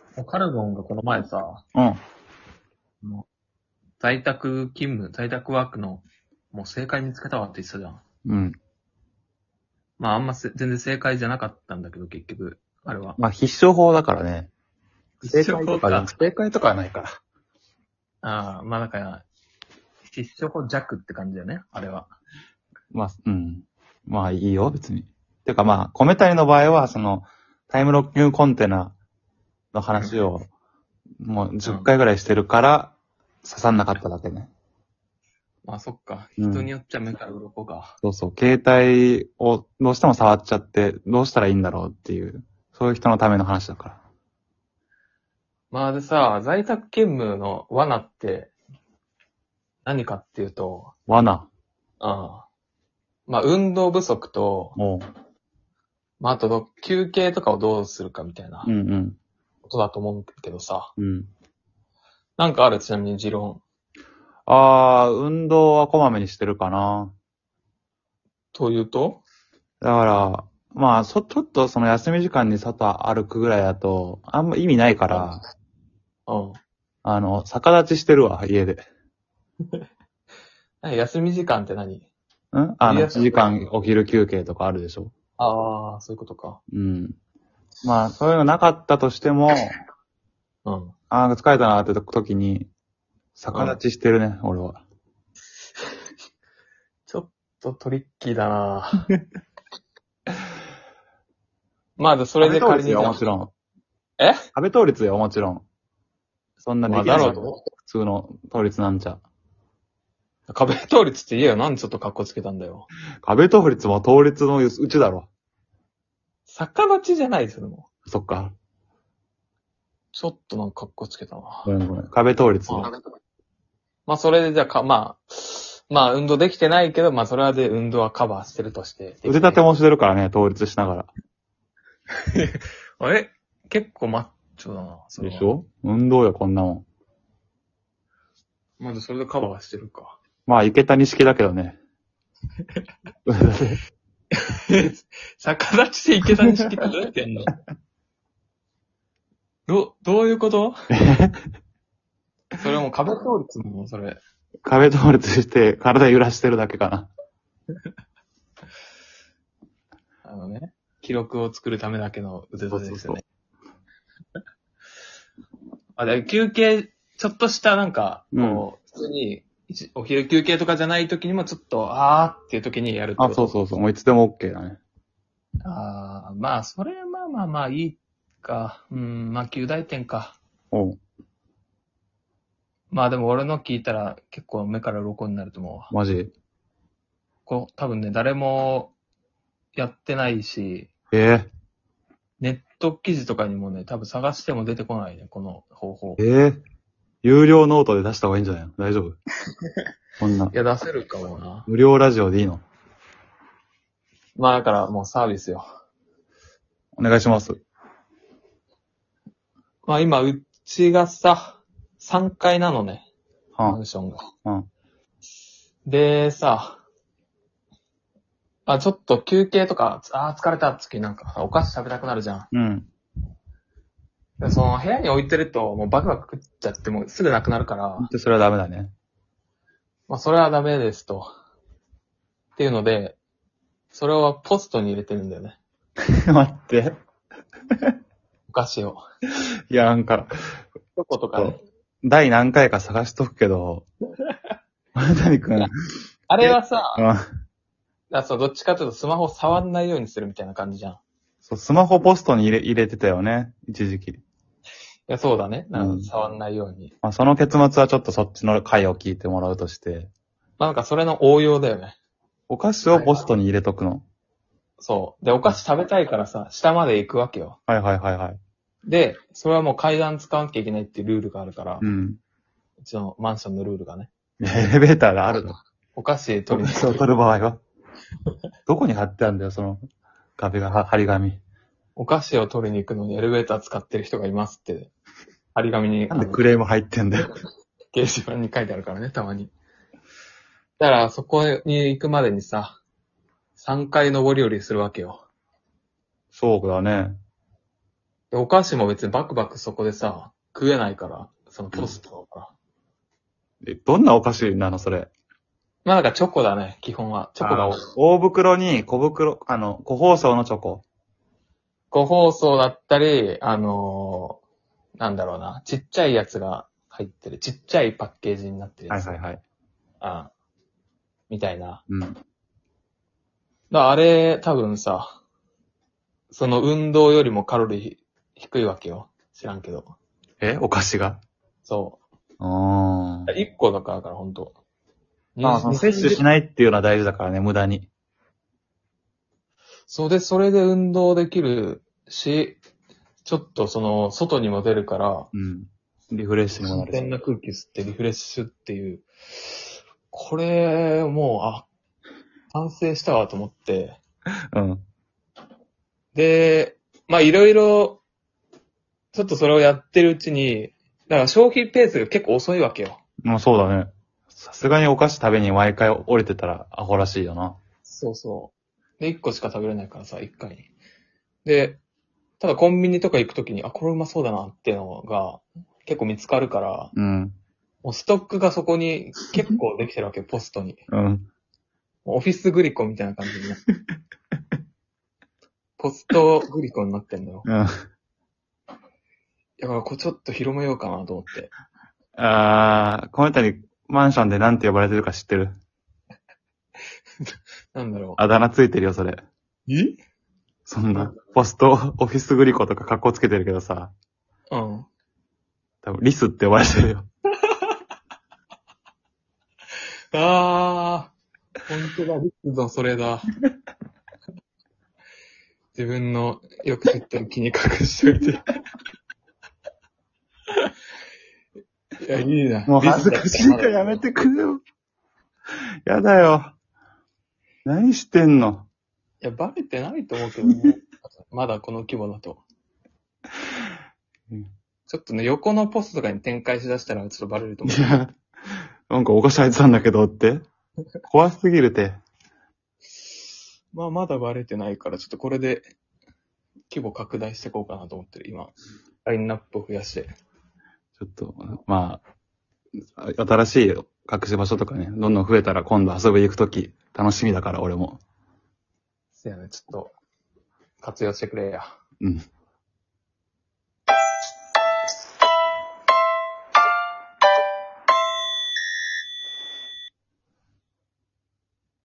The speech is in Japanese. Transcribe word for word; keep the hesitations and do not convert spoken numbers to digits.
カルボンがこの前さ、 うん。 もう在宅勤務、在宅ワークの、もう正解見つけたわって言ってたじゃん。 うん。 まああんませ全然正解じゃなかったんだけど、結局、あれは。 まあ、必勝法だからね。正必勝法解とか、 か。 正解とかはないから。 ああ、まあだから、必勝法弱って感じだよね、あれは。 まあ、うん。まあ、いいよ、別に。てかまあ、米谷の場合は、その、タイムロッキングコンテナの話を、もうじゅっかいぐらいしてるから、刺さんなかっただけね。 まあそっか。 うん人によっちゃ目から鱗か。 そうそう。携帯をどうしても触っちゃって、どうしたらいいんだろうっていう、そういう人のための話だから。 まあでさ、在宅勤務の罠って何かっていうと、 罠。 ああまあ運動不足と、 もまああとど休憩とかをどうするかみたいなう。うんうん。 ことだと思うけどさ。 うん。 なんかあるちなみに持論。 ああ、運動はこまめにしてるかな。 というとだから、まあ、そ、ちょっとその休み時間に外歩くぐらいだと、あんま意味ないから、 うん。 あの、逆立ちしてるわ、家で。 何休み時間って何？ んあの、 昼休みいちじかんお昼休憩とかあるでしょ。 ああ、そういうことか。 うん。まあ、そういうのなかったとしても、 うん。 ああ、疲れたなって時に、逆立ちしてるね、俺は。 ちょっとトリッキーだなまあ、それで仮に。 よ、もちろん。 え壁倒立よ、もちろん。そんなできない。 まあだろうと普通の倒立なんちゃ。 壁倒立って言えよ。なんでちょっと格好つけたんだよ。 壁倒立も倒立のうちだろ。 逆立ちじゃないですよ、もう。 そっか。 ちょっとなんか格好つけたな。 ごめんごめん。壁倒立。 まあ、まあ、それでじゃあか、まあ、まあ、運動できてないけど、まあ、それはで運動はカバーしてるとして。 腕立てもしてるからね、倒立しながら。 あれ結構マッチョだな、それは。 でしょ？運動よ、こんなもん。 まずそれでカバーしてるか。 まあ、池谷式だけどね。 逆立ちで池谷式ってどうやってやんのど、どういうことそれもう壁倒立もそれ。 壁倒立して体揺らしてるだけかな。 あのね、記録を作るためだけの腕立てですよね。あ、で休憩、ちょっとしたなんか、こう、普通に、一お昼休憩とかじゃない時にもちょっと、あーっていう時にやるってこと。 あ、そうそうそう。もういつでも OK だね。 ああ、まあ、それはまあまあまあいいか。うん、まあ、及第点か。 おう。 まあでも俺の聞いたら結構目から鱗になると思うわ。 マジ。 こう、多分ね、誰もやってないし、 えネット記事とかにもね、多分探しても出てこないね、この方法。 ー、えー、有料ノートで出した方がいいんじゃないの？大丈夫？こんな。 いや、出せるかもな。 無料ラジオでいいの？ まあだからもうサービスよ。 お願いします。 まあ今、うちがさ、さんがいなのね、 はん。 マンションが。 はん。 で、さ、あ、ちょっと休憩とか、あー疲れた時なんかお菓子食べたくなるじゃん。 うん。 でその部屋に置いてるともうバクバク食っちゃってもうすぐなくなるから、 で、それはダメだね。 まあそれはダメですと。っていうので、それをポストに入れてるんだよね。 待って。 お菓子を。 いや、なんか、 チョコとかね。 第何回か探しとくけど、またにくん。 あれはさ、 うんだそうどっちかというとスマホ触んないようにするみたいな感じじゃん。いそう、スマホポストに入れ、入れてたよね。一時期。 や、そうだね。なんうんか触んないように。 まあ、その結末はちょっとそっちの回を聞いてもらうとして、 まあなんかそれの応用だよね。 お菓子をポストに入れとくの。 そう。で、お菓子食べたいからさ、下まで行くわけよ。 はいはいはいはい。 で、それはもう階段使わなきゃいけないっていうルールがあるから、 う。 うんちのマンションのルールがね。 エレベーターがあるの。 お菓子お取りに菓子を取る場合は。どこに貼ってあるんだよ、その壁が、は張り紙。 お菓子を取りに行くのにエレベーター使ってる人がいますって、張り紙に、 なんでクレーム入ってんだよ。 掲示板に書いてあるからね、たまに。だからそこに行くまでにさ、さんかい上り下りするわけよ。 そうだね。 でお菓子も別にバクバクそこでさ、食えないから、そのポストから。 え、どんなお菓子なのそれ。 まあなんかチョコだね、基本は。チョコが多い。 大袋に小袋、あの、個包装のチョコ。 個包装だったり、あのー、なんだろうな、ちっちゃいやつが入ってる、ちっちゃいパッケージになってるやつ。 はいはいはい。 あみたいな。 うん。 だあれ、多分さ、その運動よりもカロリー低いわけよ。知らんけど。 えお菓子がそあう。一個だからから、ほんと。 あ。あ、その摂取しないっていうのは大事だからね、無駄に。 そうで、それで運動できるし、ちょっとその、外にも出るから、 うん。リフレッシュにもなるし。 新鮮な空気吸ってリフレッシュっていう。これ、もう、あ、完成したわと思って。 うん。 で、まあいろいろ、ちょっとそれをやってるうちに、だから消費ペースが結構遅いわけよ。 まあそうだね。さすがにお菓子食べに毎回降りてたらアホらしいよな。 そうそう。で、一個しか食べれないからさ、一回に。で、ただコンビニとか行くときに、あ、これうまそうだなっていうのが結構見つかるから、 うん。 もうストックがそこに結構できてるわけよ、ポストに。 うん。 オフィスグリコみたいな感じになって。ポストグリコになってんのよ。 うん。 だからこれちょっと広めようかなと思って。 あー、この辺りマンションでなんて呼ばれてるか知ってる？ なんだろあだ名ついてるよ、それ。 う。えそんな、ポストオフィスグリコとか格好つけてるけどさ、 うん。 多分リスって呼ばれてるよ。 あー、ほんとだ、リッツのそれだ。自分のよく知ってる気に隠しといて。いや、いいな。 もう恥ずかしいからやめてくれよ。やだよ。何してんの？ いや、バレてないと思うけどね。まだこの規模だと。 うんちょっとね、横のポストとかに展開しだしたらちょっとバレると思う。 いや、なんかお菓子入ってたんだけどって。怖すぎるて。 まあ、まだバレてないから、ちょっとこれで規模拡大していこうかなと思ってる、今。ラインナップを増やして。 ちょっと、まあ、新しい隠し場所とかね、どんどん増えたら今度遊びに行くとき楽しみだから俺も。 せやね、ちょっと活用してくれや。 うん。